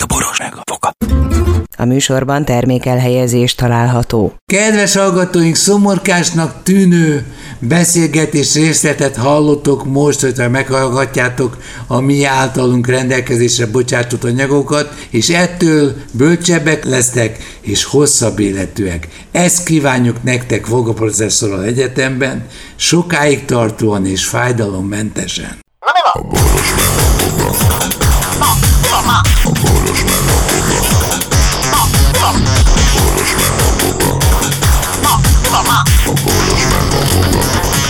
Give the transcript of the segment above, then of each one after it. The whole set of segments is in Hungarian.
Boros meg a Foga. A műsorban termékelhelyezés található. Kedves hallgatóink, szomorkásnak tűnő beszélgetés részletet hallottok most, hogyha meghallgatjátok a mi általunk rendelkezésre bocsátott anyagokat, és ettől bölcsebbek lesztek, és hosszabb életűek. Ezt kívánjuk nektek Foga Professzorral egyetemben, sokáig tartóan és fájdalommentesen. Na mi van? A Boros meg a Foga. A Boros meg a Foga. Boros meg a Foga. A Boros meg a Foga.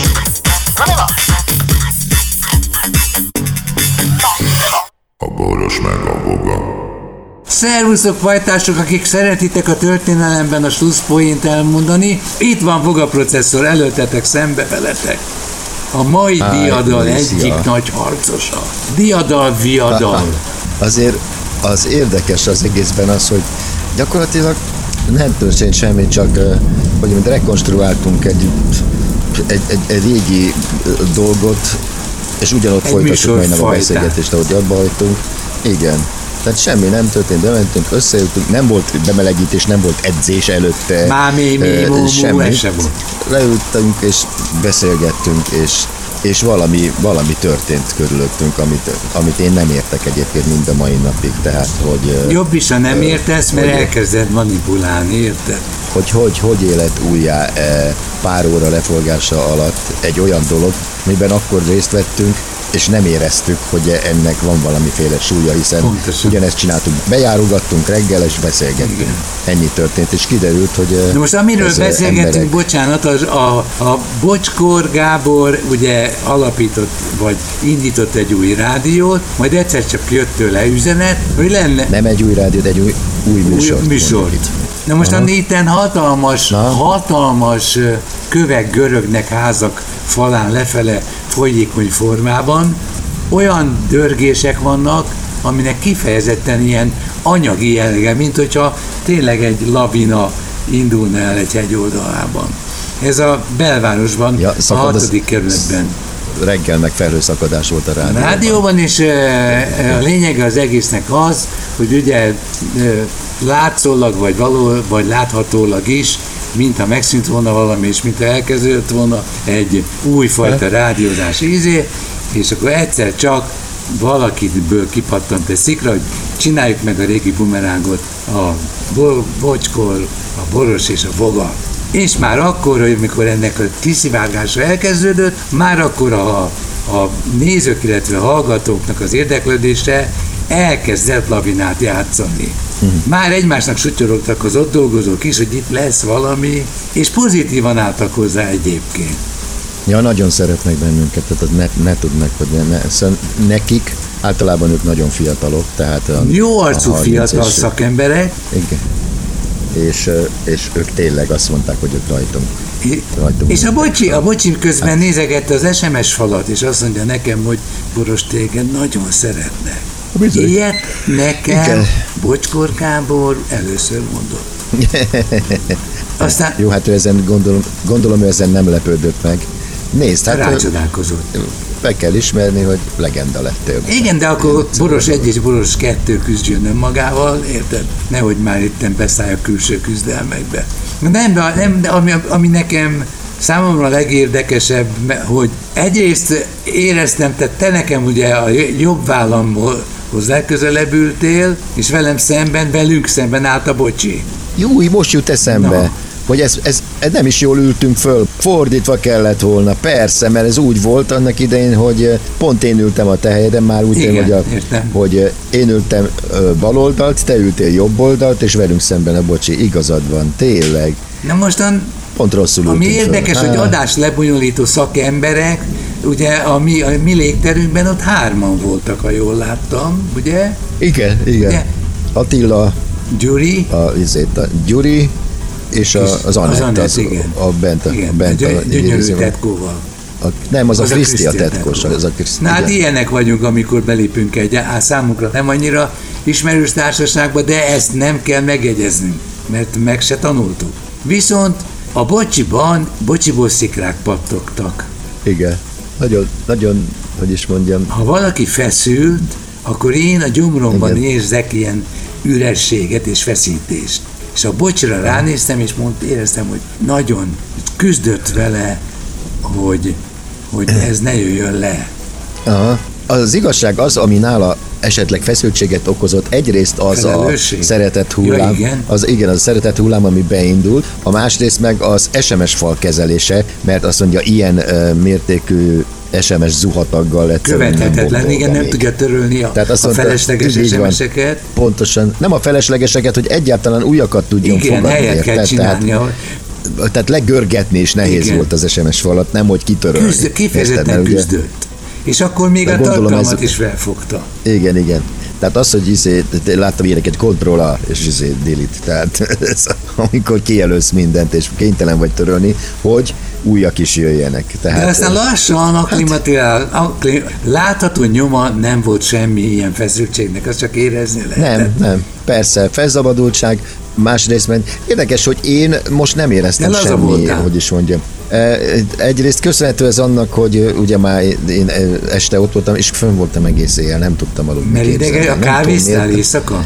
A Boros meg a Foga. Szervuszok, fajtások, akik szeretitek a történelemben a slusszpoént elmondani. Itt van Foga Professzor, előttetek, szembe veletek. A mai diadal egyik nagy harcosa. Diadal-viadal. Azért az érdekes az egészben az, hogy gyakorlatilag nem történt semmi, csak hogy rekonstruáltunk egy régi dolgot, és ugyanott folytatjuk majdnem a beszélgetést, ahogy abba hagytunk. Igen. Tehát semmi nem történt, bementünk, összejöttünk, nem volt bemelegítés, nem volt edzés előtte. Semmi. Leültünk és beszélgettünk, és valami történt körülöttünk, amit én nem értek egyébként mind a mai napig, tehát hogy... Jobb is, ha nem értesz, mert elkezded manipulálni, érted? Hogy élet újjá pár óra leforgása alatt egy olyan dolog, miben akkor részt vettünk, és nem éreztük, hogy ennek van valamiféle súlya, hiszen pontosan ugyanezt csináltuk, bejárogattunk reggel, és beszélgettünk. Igen. Ennyi történt, és kiderült, hogy... De most amiről beszélgettünk, bocsánat, a Bocskor Gábor ugye alapított, vagy indított egy új rádiót, majd egyszer csak jött tőle üzenet, hogy lenne... Nem egy új rádiót, egy új műsort. Na most itten hatalmas kövek görögnek házak falán lefele folyékony formában, olyan dörgések vannak, aminek kifejezetten ilyen anyagi jellege, mint hogyha tényleg egy lavina indulna el egy hegyoldalában. Ez a belvárosban, a 6. kerületben. Reggel meg felhőszakadás volt a rádióban. Rádióban, és a lényege az egésznek az, hogy ugye látszólag, vagy láthatólag is, mintha megszűnt volna valami, és mintha elkezdődött volna egy újfajta rádiózás ízé, és akkor egyszer csak valakiből kipattant egy szikra, hogy csináljuk meg a régi bumerángot, a Bocskor, a Boros és a Foga. És már akkor, amikor ennek a kiszivárgása elkezdődött, már akkor a nézők, illetve a hallgatóknak az érdeklődése elkezdett lavinát játszani. Már egymásnak sutyorogtak az ott dolgozók is, hogy itt lesz valami, és pozitívan álltak hozzá egyébként. Ja, nagyon szeretnek bennünket, tehát ne tudnak, hogy szóval nekik általában ők nagyon fiatalok, tehát jó arcú fiatal szakemberek. Igen. És ők tényleg azt mondták, hogy ők rajtunk. És a bocsi közben nézegette az SMS falat, és azt mondja nekem, hogy Boros, téged nagyon szeretnek. Bizony. Ilyet nekem Bocskor Gábor először mondott. Aztán... Jó, hát ő ezen gondolom, ő ezen nem lepődött meg. Nézd, hát rácsodálkozott. Be kell ismerni, hogy legenda lettél. Igen, de akkor Boros 1 és Boros 2 küzdjön önmagával, érted? Nehogy már itten beszállj a külső küzdelmekbe. Nem, de ami nekem számomra a legérdekesebb, hogy egyrészt éreztem, tehát te nekem ugye a jobb vállamhoz legközelebb ültél, és velünk szemben állt a bocsi. Jó, most jut eszembe, hogy ez nem is jól ültünk föl, fordítva kellett volna, persze, mert ez úgy volt annak idején, hogy pont én ültem a te helyeden, már úgy hogy én ültem bal oldalt, te ültél jobb oldalt, és velünk szemben a bocsi, igazad van, tényleg. Na mostan pont rosszul ültünk ami érdekes, hogy adás lebonyolító szakemberek, ugye a mi légterünkben ott 3-an voltak, ha jól láttam, ugye? Igen. Ugye? Attila, Gyuri, Gyuri, és az Anett, igen. Bent a gyönyörű tetkóval. Nem, az a Kriszti a tetkos. Na hát ilyenek vagyunk, amikor belépünk egy számunkra nem annyira ismerős társaságba, de ezt nem kell megjegyeznünk, mert meg se tanultuk. Viszont a bocsiból szikrák pattogtak. Igen, nagyon, hogy is mondjam. Ha valaki feszült, akkor én a gyomromban érzek ilyen ürességet és feszítést. És a bocsra ránéztem, és éreztem, hogy nagyon küzdött vele, hogy ez ne jöjjön le. Aha. Az igazság az, ami nála esetleg feszültséget okozott, egyrészt az felelősség. A szeretett hullám, az szeretett hullám, ami beindult, a másrészt meg az SMS fal kezelése, mert azt mondja, ilyen mértékű SMS zuhataggal követhetetlen, igen, nem tudja törölni a felesleges SMS-eket. Pontosan, nem a feleslegeseket, hogy egyáltalán újakat tudjon fogadni. Igen, helyet kell csinálni. Tehát legörgetni is nehéz volt az SMS falat, nem hogy kitörölni. Kifejezetten küzdött. És akkor még a tartalmat is felfogta. Igen. Tehát az, hogy láttam ilyeneket, Ctrl-A és delete, tehát amikor kijelölsz mindent, és kénytelen vagy törölni, hogy újak is jöjjenek. Tehát, de aztán lassan látható nyoma nem volt semmi ilyen feszültségnek, azt csak érezni lehetett. Nem, persze, felszabadultság, másrészt érdekes, hogy én most nem éreztem semmi, hogy is mondjam. Egyrészt köszönhető ez annak, hogy ugye már én este ott voltam, és fönn voltam egész éjjel, nem tudtam aludni. Mert idegen a kávéztál éjszaka?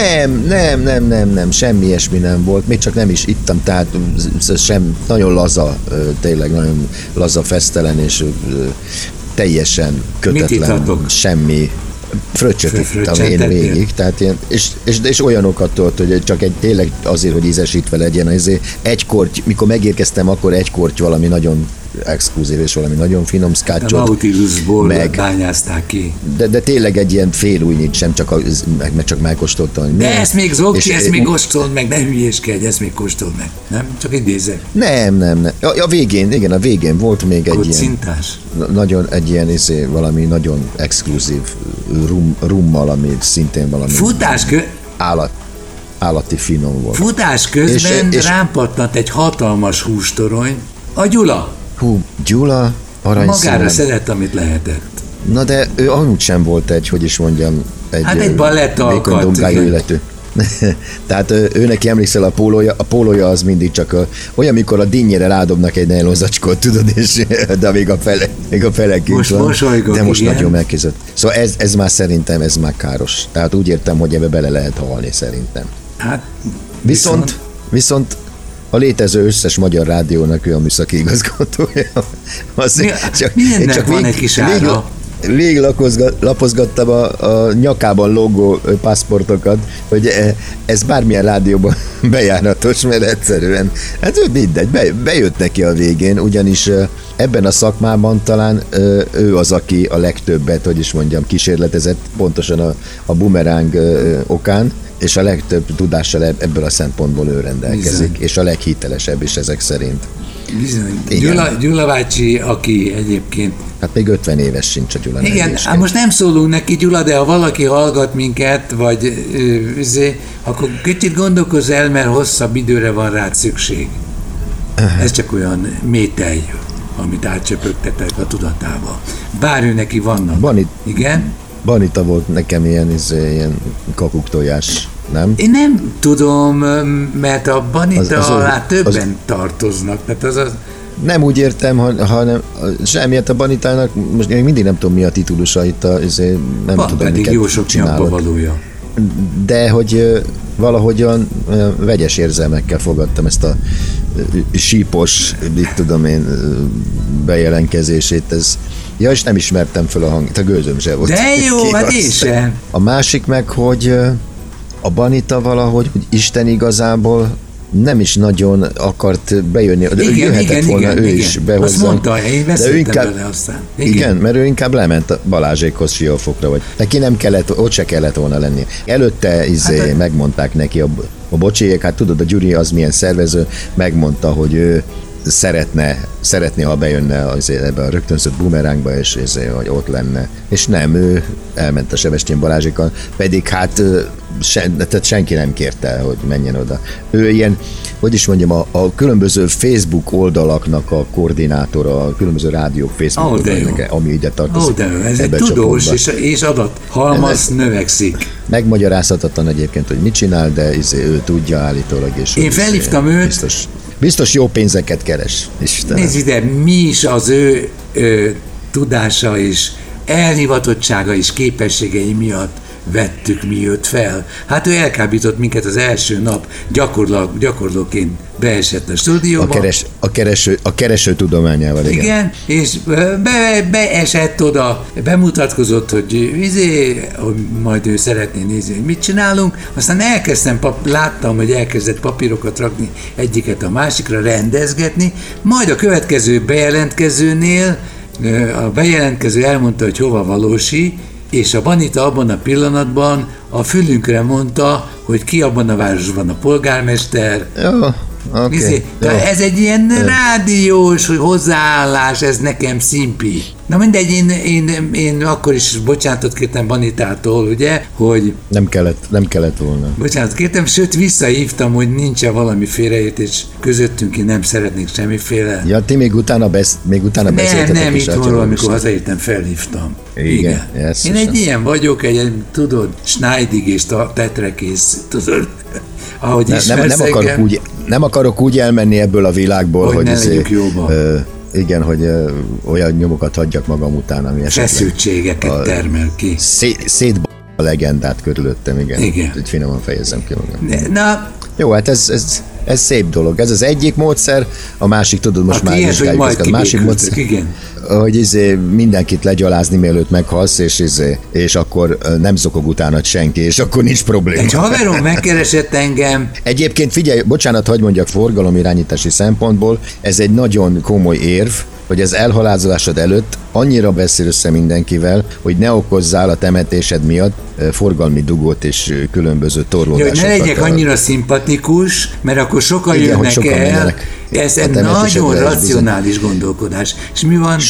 Nem, semmi ilyesmi nem volt, még csak nem is ittam, tehát nagyon laza, tényleg nagyon laza, fesztelen, és teljesen kötetlen, semmi. Fröccsöt ittam én végig, tehát ilyen, és olyanokat tudott, hogy csak tényleg azért, hogy ízesítve legyen, azért egy korty, mikor megérkeztem, akkor egy korty valami nagyon exkluzív és valami nagyon finom scotchot. A Nautilusból bányázták ki. De tényleg egy ilyen fél újnyit sem, csak megkóstoltam. Hogy de ezt még Zokki, ezt még kóstold meg, ne hülyéskedj, ezt még kóstold meg. Nem? Csak idézek. Nem. A végén volt még egy kocintás. Nagyon egy ilyen valami nagyon exkluzív rummal, ami szintén valami állati finom volt. Futás közben rám pattant egy hatalmas hústorony, a Gyula. Gyula, aranyszínen. Magára szedett, amit lehetett. Na de ő amúgy sem volt egy egy balettalkat. Tehát ő neki emlékszel, a pólója az mindig csak olyan, mikor a dinnyére rádobnak egy nejlonzacskót, tudod, és de még a fele kint van. Mosolygok, de most igen. Nagyon megkizött. Szóval ez már szerintem, ez már káros. Tehát úgy értem, hogy ebbe bele lehet halni szerintem. Hát, viszont a létező összes magyar rádiónak ő a műszaki igazgatója. Mindennek van egy kis ára. Végig lapozgattam a nyakában lógó paszportokat, hogy ez bármilyen rádióban bejáratos, mert egyszerűen, hát mindegy, bejött neki a végén, ugyanis ebben a szakmában talán ő az, aki a legtöbbet, hogy is mondjam, kísérletezett, pontosan a bumeráng okán, és a legtöbb tudással ebből a szempontból ő rendelkezik, bizony. És a leghitelesebb is ezek szerint. Bizony. Gyula bácsi, aki egyébként... Hát még 50 éves sincs a Gyula. Igen, most nem szólunk neki, Gyula, de ha valaki hallgat minket, vagy akkor kicsit gondolkozz el, mert hosszabb időre van rád szükség. Ez csak olyan métej, amit átcsöpögtetek a tudatába. Bár ő neki vannak. Igen? Banita volt nekem ilyen kakuktojás, nem? Én nem tudom, mert a Banita alá többen tartoznak. Tehát nem úgy értem, hanem semmiért a Banitának, most még mindig nem tudom mi a titulusa itt, nem van tudom, pedig jó sok nyakba valója. De hogy valahogyan vegyes érzelmekkel fogadtam ezt a sípos, mit tudom én, bejelentkezését, ja, és nem ismertem fel a hangot, a gőzöm se volt. De jó, hát én sem. A másik meg, hogy a Banita valahogy, hogy Isten igazából nem is nagyon akart bejönni, de ő jöhetett volna ő is behozzá. Azt mondta, én beszéltem vele aztán. Igen, mert ő inkább lement Balázsékhoz Siófokra, vagy neki nem kellett, ott se kellett volna lenni. Előtte megmondták neki a bocsiék, hát tudod, a Gyuri az milyen szervező, megmondta, hogy ő szeretné, ha bejönne ebbe a rögtönzött bumerángba, és hogy ott lenne. És nem, ő elment a Sebestyén Balázsékkal, pedig hát tehát senki nem kérte, hogy menjen oda. Ő ilyen, hogy is mondjam, a különböző Facebook oldalaknak a koordinátora, a különböző rádiók Facebook oldalaknak, ami ide tartozik. Ez egy tudós és adathalmaz növekszik. Megmagyarázhatatlan egyébként, hogy mit csinál, de ő tudja állítólag. És én felhívtam őt. Biztos jó pénzeket keres. Istenem. Nézd ide, mi is az ő tudása és elhivatottsága és képességei miatt vettük mi őt fel. Hát ő elkábított minket az első nap, gyakorlóként beesett a stúdióba. A kereső tudományával, igen. Igen, és beesett oda, bemutatkozott, hogy majd ő szeretné nézni, hogy mit csinálunk, aztán láttam, hogy elkezdett papírokat rakni egyiket a másikra, rendezgetni, majd a következő bejelentkezőnél a bejelentkező elmondta, hogy hova valósi, és a Banita abban a pillanatban a fülünkre mondta, hogy ki abban a városban a polgármester. Okay. Ez egy ilyen rádiós hozzáállás, ez nekem szimpi. Na mindegy, én akkor is bocsánatot kértem Banitától, ugye, hogy... Nem kellett volna. Bocsánatot kértem, sőt visszahívtam, hogy nincs-e valami félreértés közöttünk, én nem szeretnék semmiféle... Ja, ti még utána beszéltetek. Nem, itt való, amikor hazaértem, felhívtam. Igen. Én egy ilyen vagyok, tudod, Schneidig és tetrekész, tudod, ahogy ismersz engem. Nem akarok úgy elmenni ebből a világból, hogy ne legyünk jóba. Igen, hogy olyan nyomokat hagyjak magam után, ami esetleg... Feszültségeket termel ki. A legendát körülöttem, igen. Hogy finoman fejezem ki magam. Na... Jó, hát ez szép dolog. Ez az egyik módszer, a másik, tudod, most már vizsgáljuk ezt. A másik módszer, igen. Hogy mindenkit legyalázni, mielőtt meghalsz, és akkor nem zokog utánad senki, és akkor nincs probléma. Egy haverom megkeresett engem. Egyébként figyelj, bocsánat, hadd mondjak, forgalomirányítási szempontból, ez egy nagyon komoly érv, hogy az elhalálozásod előtt annyira beszél össze mindenkivel, hogy ne okozzál a temetésed miatt forgalmi dugót és különböző torlódásokat. Ne legyek annyira szimpatikus, mert akkor sokan jönnek el. Ez egy nagyon racionális gondolkodás. És mi van?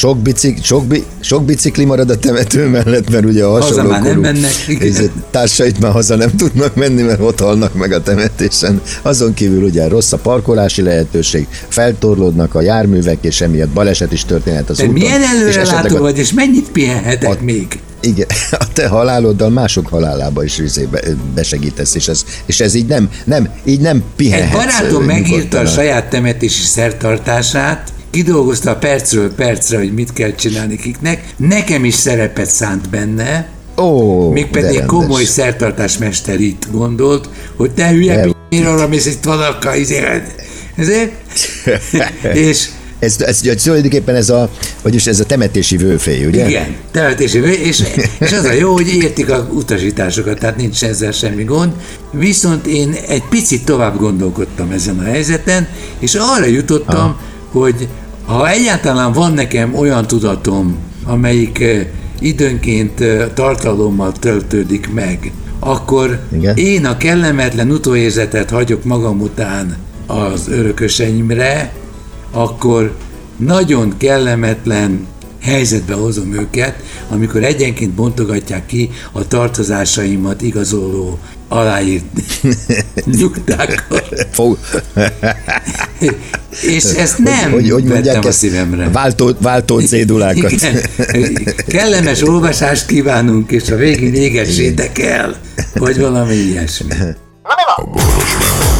Sok bicikli marad a temető mellett, mert ugye a hasonlókorú társait már haza nem tudnak menni, mert ott halnak meg a temetésen. Azon kívül ugye rossz a parkolási lehetőség, feltorlódnak a járművek, és emiatt baleset is történhet az úton. Milyen előrelátó vagy, és mennyit pihenhetek még? Igen, a te haláloddal mások halálába is besegítesz, és ez így nem pihenhetsz. Egy barátom megírta a saját temetési szertartását, kidolgozta percről percre, hogy mit kell csinálni kiknek, nekem is szerepet szánt benne, mégpedig komoly szertartásmester itt gondolt, hogy te hülye miért arra mész itt valakkal, ezért? És ez tulajdonképpen ez a temetési vőfély, ugye? Igen, temetési vőfély, és az a jó, hogy értik a utasításokat, tehát nincs ezzel semmi gond. Viszont én egy picit tovább gondolkodtam ezen a helyzeten, és arra jutottam, hogy ha egyáltalán van nekem olyan tudatom, amelyik időnként tartalommal töltődik meg, akkor igen, én a kellemetlen utóérzetet hagyok magam után az örököseimre, akkor nagyon kellemetlen helyzetbe hozom őket, amikor egyenként bontogatják ki a tartozásaimat igazoló aláírt nyugtákat. És ezt nem vettem a szívemre. Váltó cédulákat. Kellemes olvasást kívánunk, és a végén égessétek el, vagy valami ilyesmi. A boros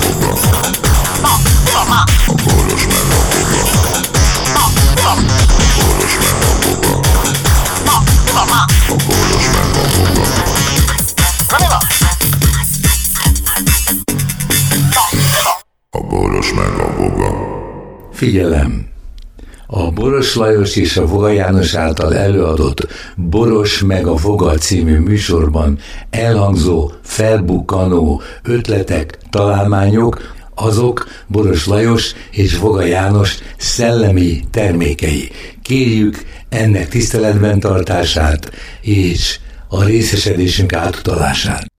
meg a boga. Figyelem! A Boros Lajos és a Voga János által előadott Boros meg a Voga című műsorban elhangzó, felbukkanó ötletek, találmányok, azok Boros Lajos és Voga János szellemi termékei. Kérjük ennek tiszteletben tartását és a részesedésünk átutalását.